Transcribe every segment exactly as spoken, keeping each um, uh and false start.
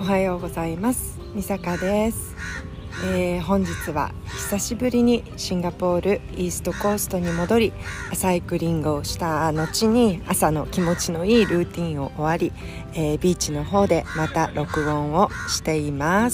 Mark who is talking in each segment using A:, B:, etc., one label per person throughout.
A: はようございます。みさかです、えー、本日は久しぶりにシンガポールイーストコーストに戻りサイクリングをした後に朝の気持ちのいいルーティンを終わり、えー、ビーチの方でまた録音をしています。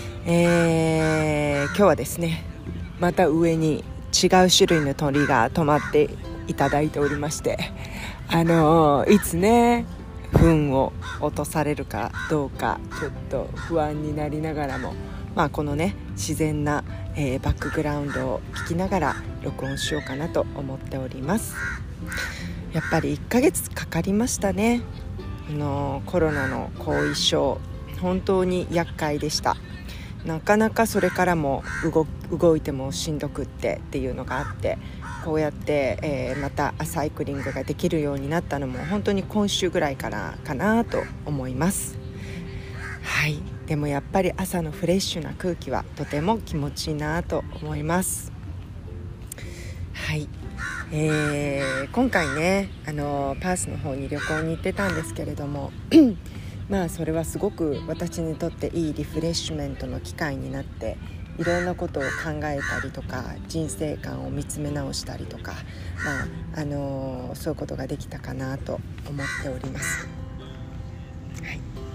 A: えー、今日はですねまた上に違う種類の鳥が止まっていただいておりまして、あのー、いつね糞を落とされるかどうかちょっと不安になりながらも、まあ、このね自然な、えー、バックグラウンドを聞きながら録音しようかなと思っております。やっぱりいっかげつかかりましたね。あのー、コロナの後遺症本当に厄介でした。なかなかそれからも 動, 動いてもしんどくってっていうのがあって、こうやって、えー、またサイクリングができるようになったのも本当に今週ぐらいからかなと思います。はい、でもやっぱり朝のフレッシュな空気はとても気持ちいいなと思います。はい、えー、今回ねあのパースの方に旅行に行ってたんですけれどもまあそれはすごく私にとっていいリフレッシュメントの機会になって、いろんなことを考えたりとか人生観を見つめ直したりとか、まああのー、そういうことができたかなと思っております。はい、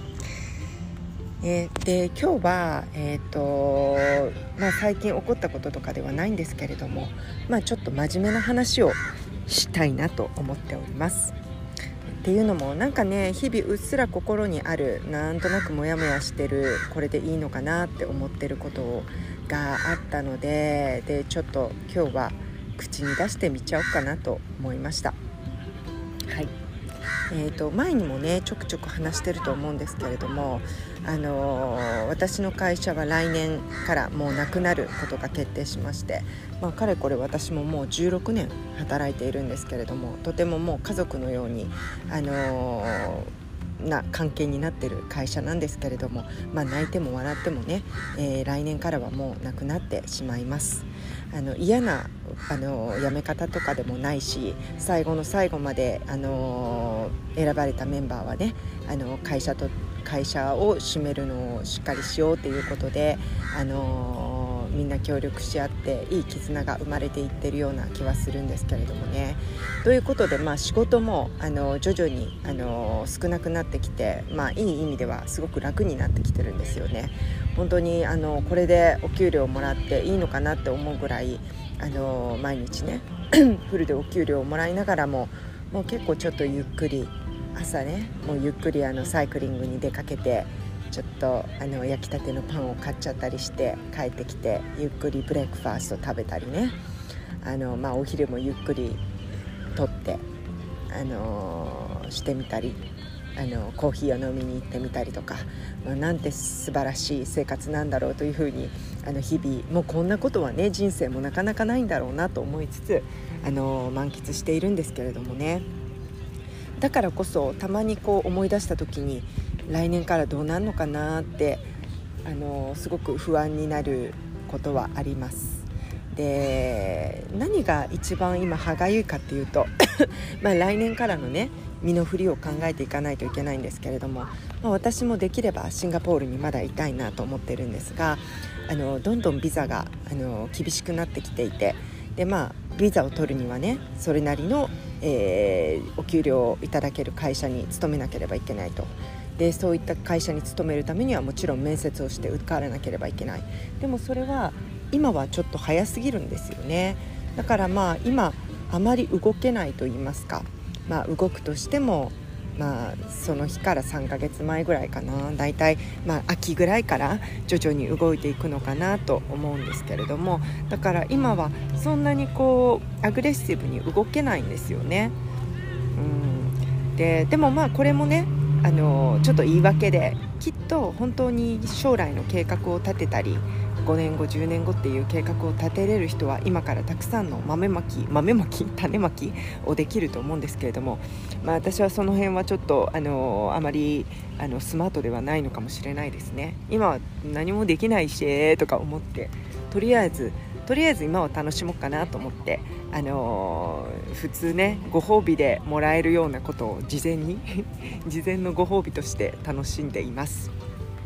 A: えー、で今日は、えーとまあ、最近起こったこととかではないんですけれども、まあ、ちょっと真面目な話をしたいなと思っております。っていうのもなんかね日々うっすら心にあるなんとなくモヤモヤしてるこれでいいのかなって思ってることがあったので、でちょっと今日は口に出してみちゃおうかなと思いました。はい、えーと、前にもねちょくちょく話してると思うんですけれども、あのー、私の会社は来年からもうなくなることが決定しまして、まあ、かれこれ私ももうじゅうろくねん働いているんですけれども、とてももう家族のように、あのー、な関係になっている会社なんですけれども、まあ、泣いても笑ってもね、えー、来年からはもうなくなってしまいます。あの嫌なあの辞め方とかでもないし、最後の最後まであの選ばれたメンバーはねあの会社と会社を締めるのをしっかりしようということで、あのみんな協力し合っていい絆が生まれていってるような気はするんですけれどもね。ということで、まあ、仕事もあの徐々にあの少なくなってきて、まあ、いい意味ではすごく楽になってきてるんですよね。本当にあのこれでお給料をもらっていいのかなって思うぐらい、あの毎日ねフルでお給料をもらいながらも、もう結構ちょっとゆっくり朝ねもうゆっくりあのサイクリングに出かけて、ちょっとあの焼きたてのパンを買っちゃったりして帰ってきてゆっくりブレックファースト食べたりね、あの、まあ、お昼もゆっくりとって、あのー、してみたり、あのコーヒーを飲みに行ってみたりとか、まあ、なんて素晴らしい生活なんだろうというふうにあの日々もうこんなことはね人生もなかなかないんだろうなと思いつつ、あの満喫しているんですけれどもね。だからこそたまにこう思い出した時に来年からどうなるのかなって、あのすごく不安になることはあります。で何が一番今歯がゆいかっていうとまあ来年からのね身の振りを考えていかないといけないんですけれども、まあ、私もできればシンガポールにまだいたいなと思ってるんですが、あのどんどんビザがあの厳しくなってきていて、で、まあ、ビザを取るにはねそれなりの、えー、お給料をいただける会社に勤めなければいけないと。でそういった会社に勤めるためにはもちろん面接をして受からなければいけない。でもそれは今はちょっと早すぎるんですよね。だからまあ今あまり動けないと言いますか、まあ、動くとしても、まあ、その日からさんかげつまえぐらいかな、だいたい、まあ、秋ぐらいから徐々に動いていくのかなと思うんですけれども、だから今はそんなにこうアグレッシブに動けないんですよね。うん、で、でもまあこれもねあのちょっと言い訳で、きっと本当に将来の計画を立てたりごねんごじゅうねんごっていう計画を立てれる人は今からたくさんの豆まき豆まき種まきをできると思うんですけれども、まあ、私はその辺はちょっとあのあまりあのスマートではないのかもしれないですね。今は何もできないしとか思って、とりあえずとりあえず今を楽しもうかなと思って、あのー、普通ねご褒美でもらえるようなことを事前に事前のご褒美として楽しんでいます。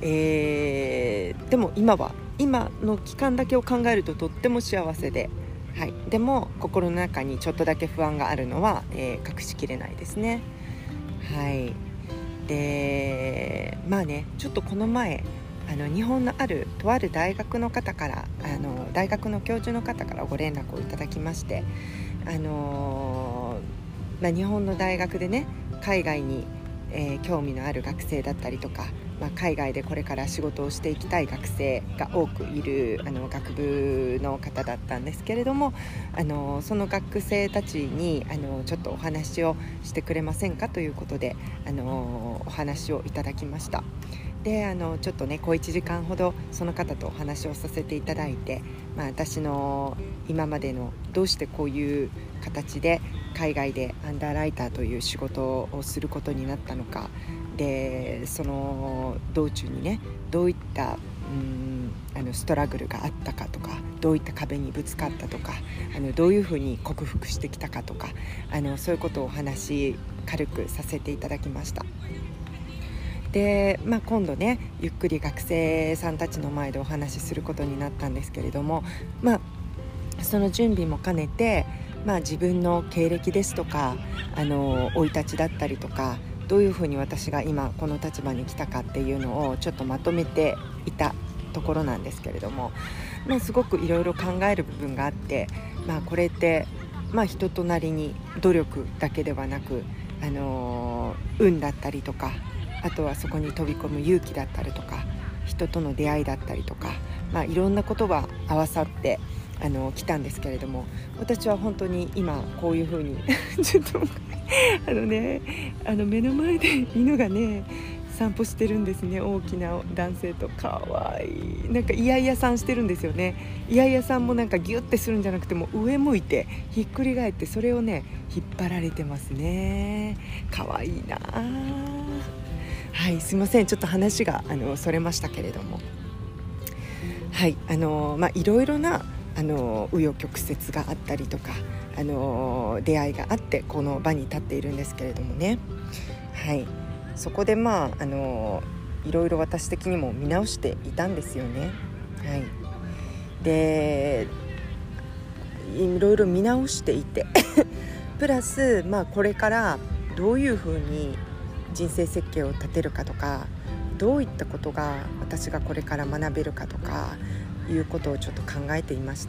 A: えー、でも今は今の期間だけを考えるととっても幸せで、はい、でも心の中にちょっとだけ不安があるのは、えー、隠しきれないですね。はい。でまあねちょっとこの前あの日本のあるとある大学の方からあの大学の教授の方からご連絡をいただきまして、あのーまあ、日本の大学でね海外に、えー、興味のある学生だったりとか、まあ、海外でこれから仕事をしていきたい学生が多くいるあの学部の方だったんですけれども、あのその学生たちにあのちょっとお話をしてくれませんかということであのお話をいただきました。であのちょっとね小いちじかんほどその方とお話をさせていただいて、まあ、私の今までのどうしてこういう形で海外でアンダーライターという仕事をすることになったのかで、その道中にねどういったうんあのストラグルがあったかとか、どういった壁にぶつかったとか、あのどういうふうに克服してきたかとか、あのそういうことをお話軽くさせていただきました。で、まあ、今度ねゆっくり学生さんたちの前でお話しすることになったんですけれども、まあ、その準備も兼ねて、まあ、自分の経歴ですとかあの生い立ちだったりとかどういうふうに私が今この立場に来たかっていうのをちょっとまとめていたところなんですけれども、まあ、すごくいろいろ考える部分があって、まあ、これって、まあ、人となりに努力だけではなく、あの運だったりとか、あとはそこに飛び込む勇気だったりとか人との出会いだったりとか、まあ、いろんなことが合わさってあの来たんですけれども、私は本当に今こういう風にちょっとあのねあの目の前で犬がね散歩してるんですね。大きな男性とかわいいなんかイヤイヤさんしてるんですよね。イヤイヤさんもなんかギュッてするんじゃなくても上向いてひっくり返ってそれをね引っ張られてますね。かわいいな。はい、すいませんちょっと話があのそれましたけれども、はいあのまあいろいろなあの紆余曲折があったりとかあの出会いがあってこの場に立っているんですけれどもね、はいそこでまああのいろいろ私的にも見直していたんですよね。はいでいろいろ見直していてプラスまあこれからどういうふうに人生設計を立てるかとか、どういったことが私がこれから学べるかとかいうことをちょっと考えていました。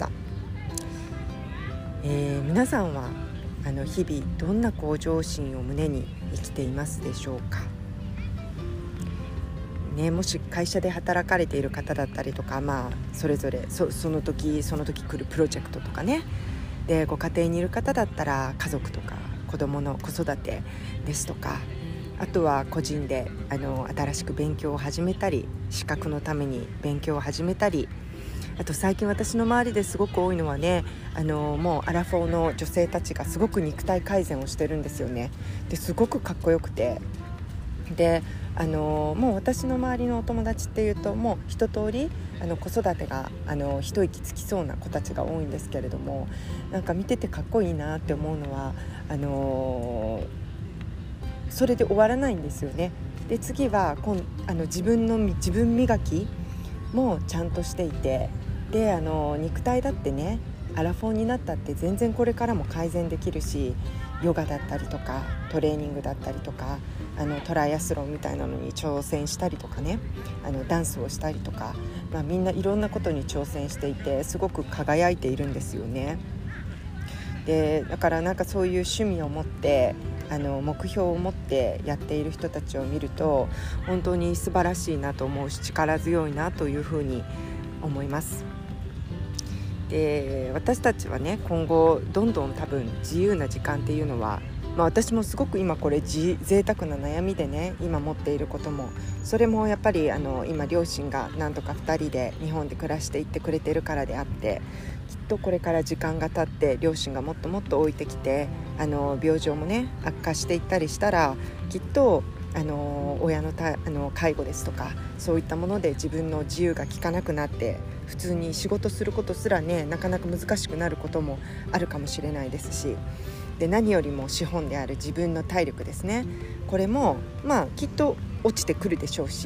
A: えー、皆さんはあの日々どんな向上心を胸に生きていますでしょうか、ね、もし会社で働かれている方だったりとか、まあ、それぞれ そ, その時その時来るプロジェクトとかね、でご家庭にいる方だったら家族とか子供の子育てですとか、あとは個人であの新しく勉強を始めたり資格のために勉強を始めたり、あと最近私の周りですごく多いのはねあのもうアラフォーの女性たちがすごく肉体改善をしてるんですよね。ですごくかっこよくて、であのもう私の周りのお友達っていうともう一通りあの子育てがあの一息つきそうな子たちが多いんですけれども、なんか見ててかっこいいなって思うのはあのそれで終わらないんですよね。で次は今あの自分の自分磨きもちゃんとしていて、であの肉体だってねアラフォーになったって全然これからも改善できるし、ヨガだったりとかトレーニングだったりとかあのトライアスロンみたいなのに挑戦したりとかね、あのダンスをしたりとか、まあ、みんないろんなことに挑戦していてすごく輝いているんですよね。でだからなんかそういう趣味を持ってあの目標を持ってやっている人たちを見ると本当に素晴らしいなと思うし力強いなというふうに思います。で私たちはね今後どんどん多分自由な時間っていうのは、まあ、私もすごく今これ贅沢な悩みでね今持っていることも、それもやっぱりあの今両親が何とかふたりで日本で暮らしていってくれてるからであって、きっとこれから時間が経って両親がもっともっと置いてきてあの病状もね悪化していったりしたら、きっとあの親のたあの介護ですとかそういったもので自分の自由が利かなくなって普通に仕事することすらねなかなか難しくなることもあるかもしれないですし、で何よりも資本である自分の体力ですね、これもまあきっと落ちてくるでしょうし、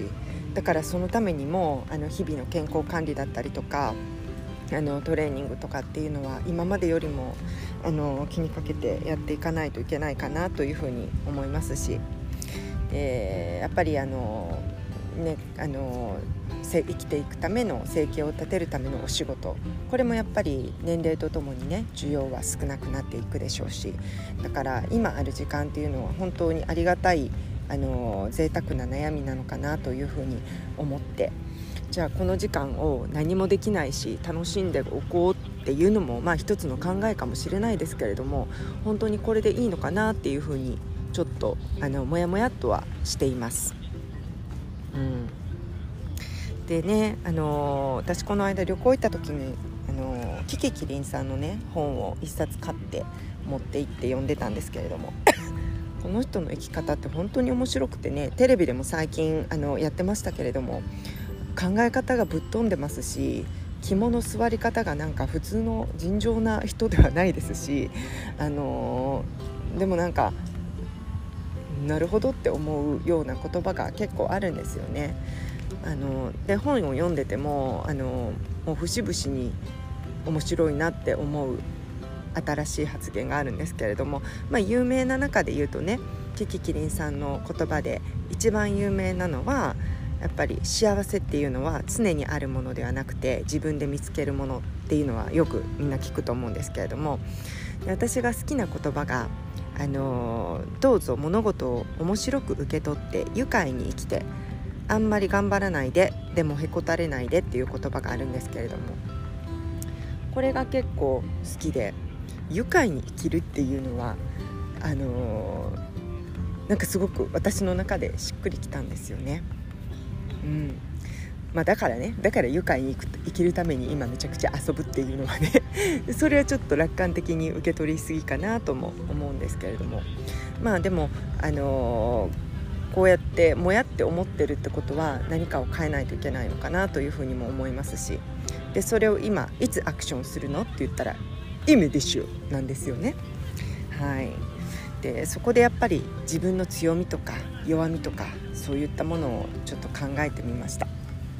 A: だからそのためにもあの日々の健康管理だったりとかあのトレーニングとかっていうのは今までよりもあの気にかけてやっていかないといけないかなというふうに思いますし、えー、やっぱりあの、ね、あの生きていくための生計を立てるためのお仕事、これもやっぱり年齢とともにね需要は少なくなっていくでしょうし、だから今ある時間っていうのは本当にありがたいあの贅沢な悩みなのかなというふうに思って、じゃあこの時間を何もできないし楽しんでおこうっていうのもまあ一つの考えかもしれないですけれども、本当にこれでいいのかなっていうふうにちょっとあのもやもやっとはしています。うんでね、あのー、私この間旅行行った時に、あのー、キキキリンさんのね本を一冊買って持って行って読んでたんですけれどもこの人の生き方って本当に面白くてね、テレビでも最近あのやってましたけれども、考え方がぶっ飛んでますし、肝の座り方がなんか普通の尋常な人ではないですし、あのー、でもなんかなるほどって思うような言葉が結構あるんですよね。あので本を読んでてもあのもう節々に面白いなって思う新しい発言があるんですけれども、まあ、有名な中で言うとね、キキキリンさんの言葉で一番有名なのはやっぱり幸せっていうのは常にあるものではなくて自分で見つけるものっていうのはよくみんな聞くと思うんですけれども、私が好きな言葉があのどうぞ物事を面白く受け取って愉快に生きて、あんまり頑張らないででもへこたれないでっていう言葉があるんですけれども、これが結構好きで、愉快に生きるっていうのはあのー、なんかすごく私の中でしっくりきたんですよね。うんまあ、だからねだから愉快に生きるために今めちゃくちゃ遊ぶっていうのはねそれはちょっと楽観的に受け取りすぎかなとも思うんですけれども、まあでもあのーこうやってもやって思ってるってことは何かを変えないといけないのかなというふうにも思いますし、でそれを今いつアクションするのって言ったら今でしょなんですよね。はい。でそこでやっぱり自分の強みとか弱みとかそういったものをちょっと考えてみました。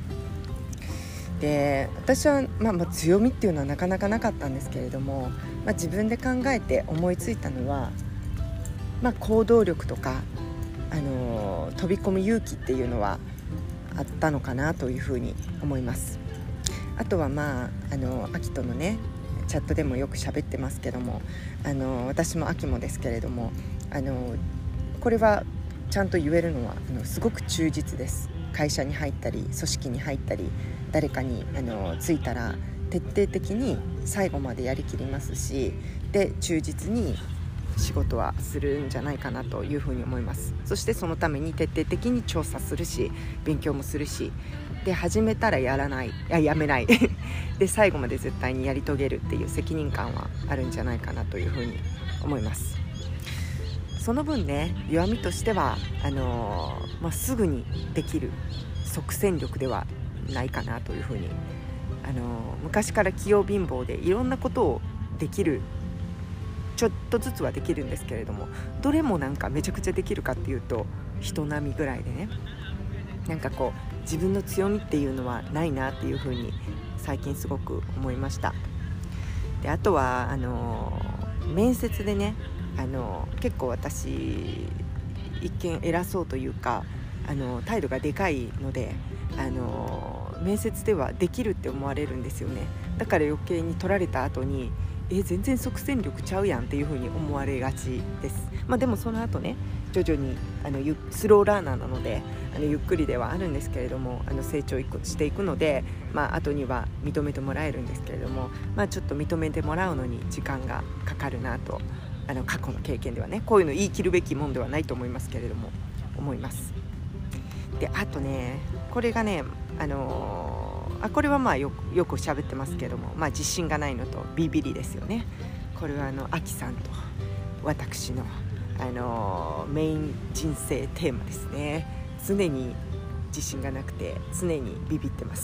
A: で私は、まあ、まあ強みっていうのはなかなかなかったんですけれども、まあ、自分で考えて思いついたのは、まあ、行動力とかあの飛び込む勇気っていうのはあったのかなというふうに思います。あとはまああの秋とのねチャットでもよく喋ってますけども、あの私も秋もですけれども、あのこれはちゃんと言えるのはあのすごく忠実です。会社に入ったり組織に入ったり誰かにあのついたら徹底的に最後までやりきりますし、で忠実に仕事はするんじゃないかなというふうに思います。そしてそのために徹底的に調査するし勉強もするし、で始めたらやらないややめないで最後まで絶対にやり遂げるっていう責任感はあるんじゃないかなというふうに思います。その分ね弱みとしてはあのーまあ、すぐにできる即戦力ではないかなというふうに、あのー、昔から器用貧乏でいろんなことをできるちょっとずつはできるんですけれども、どれもなんかめちゃくちゃできるかっていうと人並みぐらいでね、なんかこう自分の強みっていうのはないなっていうふうに最近すごく思いました。であとはあの面接でね、あの結構私一見偉そうというかあの態度がでかいので、あの面接ではできるって思われるんですよね。だから余計に取られた後にえ全然即戦力ちゃうやんっていう風に思われがちです。まあでもその後ね徐々にあのスローラーナーなのであのゆっくりではあるんですけれども、あの成長していくので、まあ後には認めてもらえるんですけれども、まあちょっと認めてもらうのに時間がかかるなと、あの過去の経験ではねこういうの言い切るべきもんではないと思いますけれども思います。であとねこれがねあのーあこれはまあよくよく喋ってますけども、まあ、自信がないのとビビりですよね。これはあのアキさんと私の、あのー、メイン人生テーマですね。常に自信がなくて常にビビってます。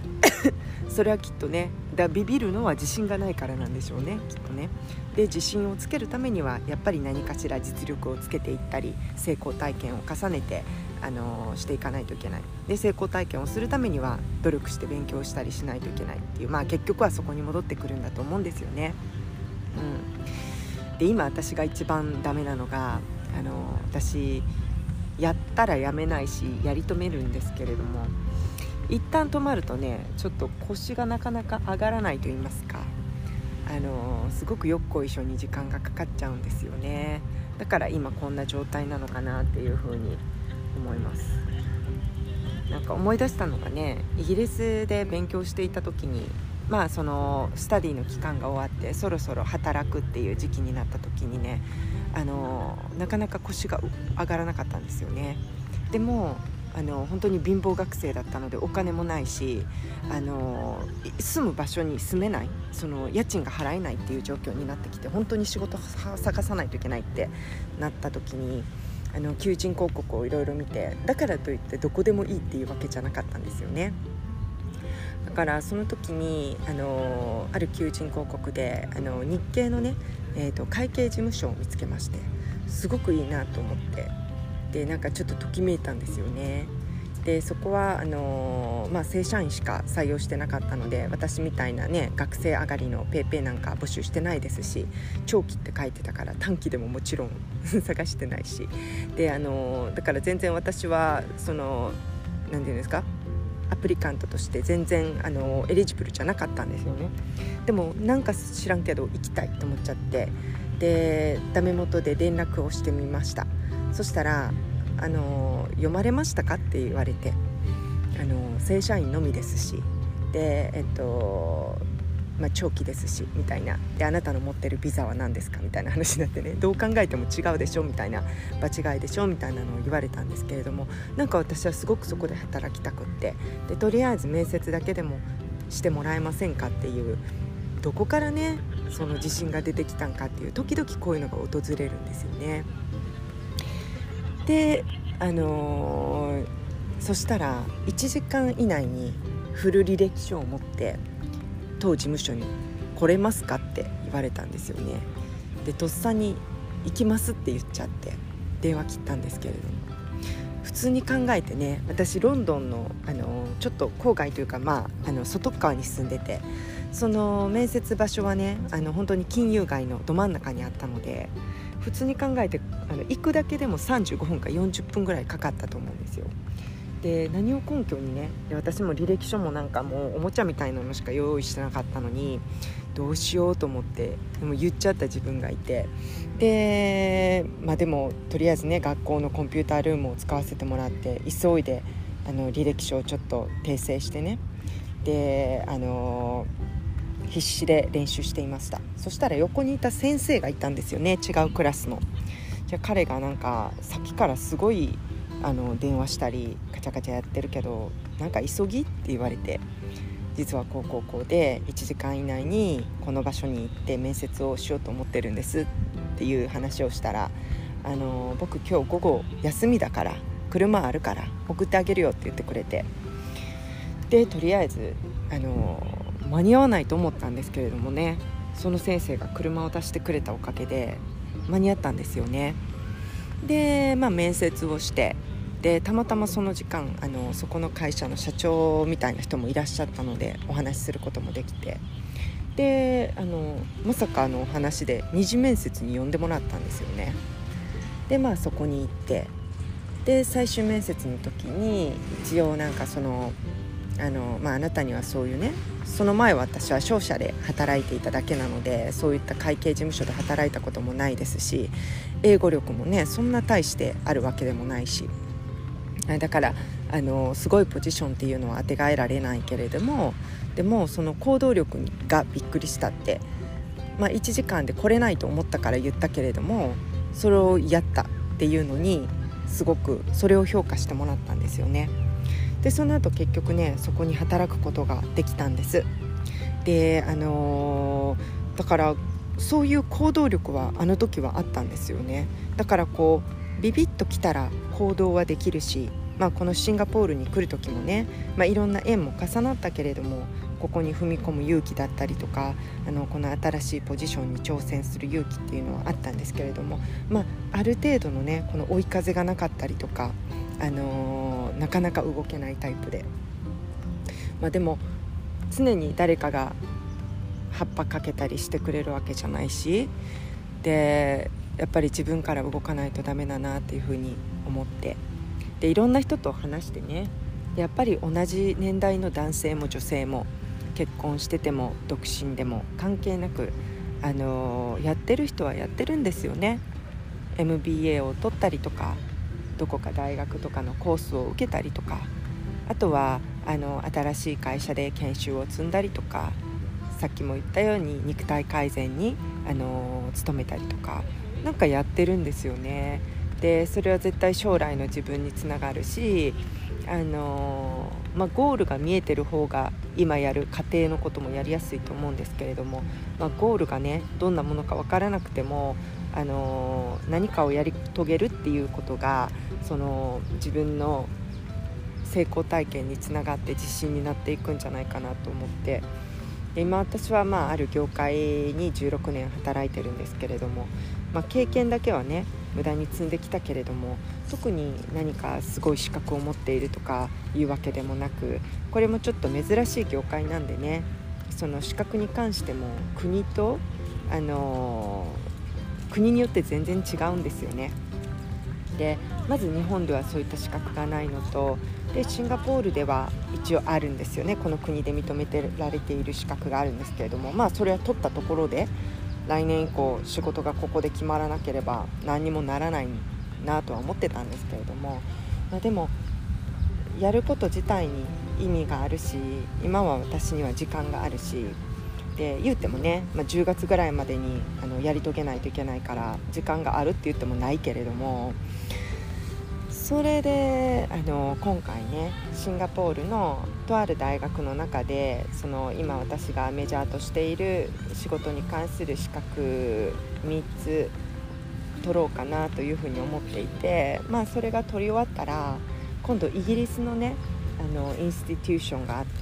A: それはきっとね、だビビるのは自信がないからなんでしょうね、きっとね。で自信をつけるためにはやっぱり何かしら実力をつけていったり、成功体験を重ねて、あのー、していかないといけない。で成功体験をするためには努力して勉強したりしないといけないっていう、まあ結局はそこに戻ってくるんだと思うんですよね。うん、で今私が一番ダメなのが、あのー、私やったらやめないしやり止めるんですけれども、一旦止まるとね、ちょっと腰がなかなか上がらないと言いますか、あのすごくよっこいしょに時間がかかっちゃうんですよね。だから今こんな状態なのかなっていうふうに思います。なんか思い出したのがね、イギリスで勉強していた時に、まあそのスタディの期間が終わってそろそろ働くっていう時期になった時にね、あのなかなか腰が上がらなかったんですよね。でもあの本当に貧乏学生だったのでお金もないし、あの住む場所に住めない、その家賃が払えないっていう状況になってきて、本当に仕事を探さないといけないってなった時に、あの求人広告をいろいろ見て、だからといってどこでもいいっていうわけじゃなかったんですよね。だからその時にあのある求人広告であの日系のね、えーと、会計事務所を見つけまして、すごくいいなと思って、でなんかちょっとときめいたんですよね。でそこはあのーまあ、正社員しか採用してなかったので、私みたいなね学生上がりのペイペイなんか募集してないですし、長期って書いてたから短期でももちろん探してないし、で、あのー、だから全然私はそのなんていうんですか、アプリカントとして全然あのエリジブルじゃなかったんですよね。でもなんか知らんけど行きたいと思っちゃって、でダメ元で連絡をしてみました。そしたらあの読まれましたかって言われて、あの正社員のみですし、でえっとまあ、長期ですしみたいな、であなたの持ってるビザは何ですかみたいな話になってね、どう考えても違うでしょみたいな、場違いでしょみたいなのを言われたんですけれども、なんか私はすごくそこで働きたくって、でとりあえず面接だけでもしてもらえませんかっていう、どこからねその自信が出てきたんかっていう、時々こういうのが訪れるんですよね。で、あのー、そしたらいちじかん以内にフル履歴書を持って当事務所に来れますかって言われたんですよね。でとっさに行きますって言っちゃって電話切ったんですけれども、普通に考えてね、私ロンドンの、あのちょっと郊外というか、まあ、あの外側に住んでて、その面接場所はね、あの本当に金融街のど真ん中にあったので、普通に考えてあの行くだけでもさんじゅうごふんかよんじゅっぷんぐらいかかったと思うんですよ。で何を根拠にね、で私も履歴書もなんかもうおもちゃみたいなのしか用意してなかったのに、どうしようと思って、でも言っちゃった自分がいて、で、まあ、でもとりあえずね学校のコンピュータールームを使わせてもらって、急いであの履歴書をちょっと訂正してね、であの必死で練習していました。そしたら横にいた先生がいたんですよね、違うクラスの。じゃあ彼がなんかさっきからすごいあの電話したりカチャカチャやってるけど、なんか急ぎって言われて、実はこうこうこうでいちじかん以内にこの場所に行って面接をしようと思ってるんですっていう話をしたら、あの僕今日午後休みだから車あるから送ってあげるよって言ってくれて、でとりあえずあの間に合わないと思ったんですけれどもね、その先生が車を出してくれたおかげで間に合ったんですよね。で、まあ、面接をして、でたまたまその時間あのそこの会社の社長みたいな人もいらっしゃったのでお話しすることもできて、であのまさかの話で二次面接に呼んでもらったんですよね。でまあそこに行って、で最終面接の時に一応なんかそのあの、まあ、あなたにはそういうね、その前は私は商社で働いていただけなので、そういった会計事務所で働いたこともないですし、英語力もねそんな大してあるわけでもないし、だからあのすごいポジションっていうのは当てがえられないけれども、でもその行動力がびっくりしたって、まあ、いちじかんで来れないと思ったから言ったけれども、それをやったっていうのにすごくそれを評価してもらったんですよね。でその後結局ねそこに働くことができたんです。であのー、だからそういう行動力はあの時はあったんですよね。だからこうビビッときたら行動はできるし、 まあ、このシンガポールに来る時もね、まあ、いろんな縁も重なったけれども、ここに踏み込む勇気だったりとか、あのこの新しいポジションに挑戦する勇気っていうのはあったんですけれども、まあ、ある程度のねこの追い風がなかったりとか、あのー、なかなか動けないタイプで、まあ、でも常に誰かが葉っぱかけたりしてくれるわけじゃないし、でやっぱり自分から動かないとダメだなっていうふうに思って、でいろんな人と話してね、やっぱり同じ年代の男性も女性も結婚してても独身でも関係なく、あのー、やってる人はやってるんですよね。 エムビーエー を取ったりとか、どこか大学とかのコースを受けたりとか、あとはあの新しい会社で研修を積んだりとか、さっきも言ったように肉体改善にあの努めたりとか、なんかやってるんですよね。でそれは絶対将来の自分につながるし、あの、まあ、ゴールが見えてる方が今やる家庭のこともやりやすいと思うんですけれども、まあ、ゴールがねどんなものか分からなくても、あの何かをやり遂げるっていうことがその自分の成功体験につながって自信になっていくんじゃないかなと思って、で今私はまあある業界にじゅうろくねん働いてるんですけれども、まあ、経験だけはね無駄に積んできたけれども、特に何かすごい資格を持っているとかいうわけでもなく、これもちょっと珍しい業界なんでね、その資格に関しても国と、あのー、国によって全然違うんですよね。でまず日本ではそういった資格がないのと、でシンガポールでは一応あるんですよね。この国で認めてられている資格があるんですけれども、まあそれは取ったところで来年以降仕事がここで決まらなければ何にもならないなとは思ってたんですけれども、まあ、でもやること自体に意味があるし、今は私には時間があるし、で言うてもね、まあ、じゅうがつぐらいまでにあのやり遂げないといけないから時間があるって言ってもないけれども、それであの今回ねシンガポールのとある大学の中で、その今私がメジャーとしている仕事に関する資格みっつ取ろうかなというふうに思っていて、まあそれが取り終わったら今度イギリスのねあのインスティテューションがあって、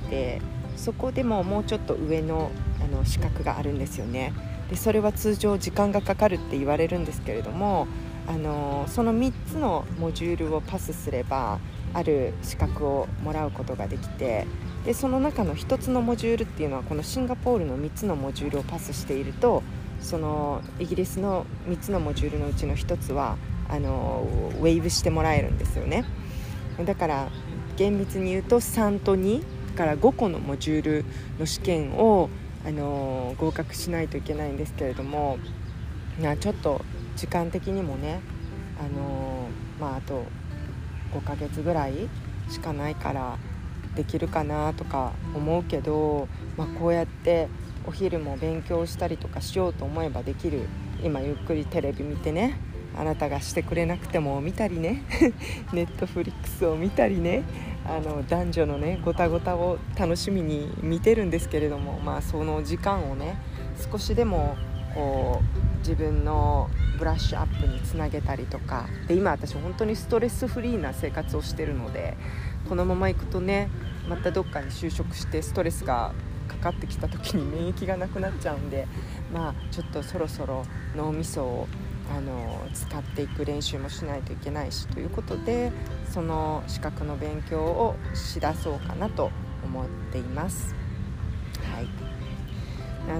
A: そこでももうちょっと上の、あの資格があるんですよね。でそれは通常時間がかかるって言われるんですけれども、あのそのみっつのモジュールをパスすればある資格をもらうことができて、でその中のひとつのモジュールっていうのはこのシンガポールのみっつのモジュールをパスしていると、そのイギリスのみっつのモジュールのうちのひとつはあのウェイブしてもらえるんですよね。だから厳密に言うとさんとにからごこのモジュールの試験をあの合格しないといけないんですけれども、ちょっと時間的にもね、あのまあ、あとごかげつぐらいしかないからできるかなとか思うけど、まあ、こうやってお昼も勉強したりとかしようと思えばできる。今ゆっくりテレビ見てね、あなたがしてくれなくても見たりねネットフリックスを見たりね、あの男女のねごたごたを楽しみに見てるんですけれども、まあその時間をね少しでもこう自分のブラッシュアップにつなげたりとかで、今私本当にストレスフリーな生活をしてるので、このままいくとねまたどっかに就職してストレスがかかってきた時に免疫がなくなっちゃうんで、まあちょっとそろそろ脳みそをあの使っていく練習もしないといけないしということで、その資格の勉強をしだそうかなと思っています。はい、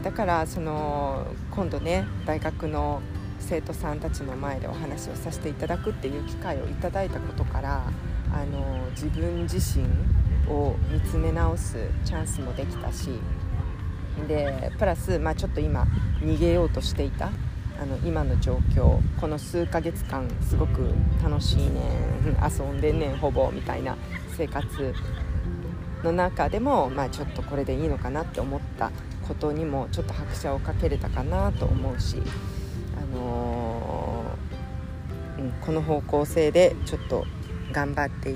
A: だからその今度ね大学の生徒さんたちの前でお話をさせていただくっていう機会をいただいたことから、あの自分自身を見つめ直すチャンスもできたし、でプラス、まあ、ちょっと今逃げようとしていたあの今の状況、この数ヶ月間すごく楽しいねん遊んでんねんほぼみたいな生活の中でも、まあ、ちょっとこれでいいのかなって思ったことにもちょっと拍車をかけれたかなと思うし、あのーうん、この方向性でちょっと頑張っていって、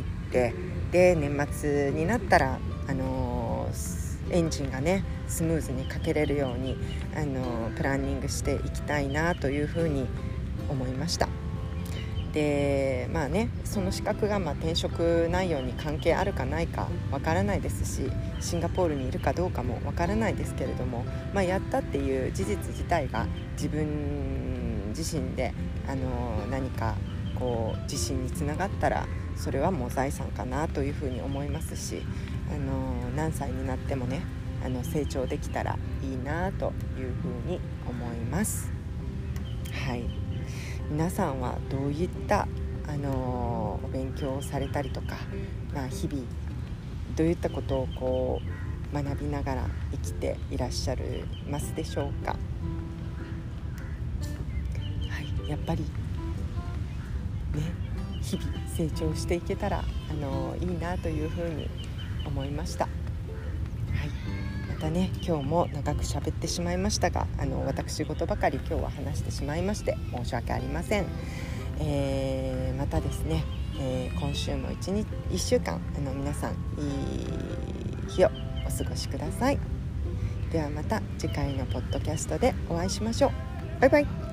A: で年末になったら、あのーエンジンがねスムーズにかけれるように、あのプランニングしていきたいなというふうに思いました。 でまあね、その資格がまあ転職内容に関係あるかないかわからないですし、シンガポールにいるかどうかもわからないですけれども、まあ、やったっていう事実自体が自分自身であの何かこう自信につながったら、それはもう財産かなというふうに思いますし、あの何歳になってもね、あの成長できたらいいなというふうに思います。はい、皆さんはどういった、あのお勉強をされたりとか、まあ、日々どういったことをこう学びながら生きていらっしゃるますでしょうか。はい、やっぱりね、日々成長していけたら、あのいいなというふうに思いました。はい、またね、今日も長く喋ってしまいましたが、あの私事ばかり今日は話してしまいまして申し訳ありません。えー、またですね、えー、今週も一日いっしゅうかん、あの皆さんいい日をお過ごしください。ではまた次回のポッドキャストでお会いしましょう。バイバイ。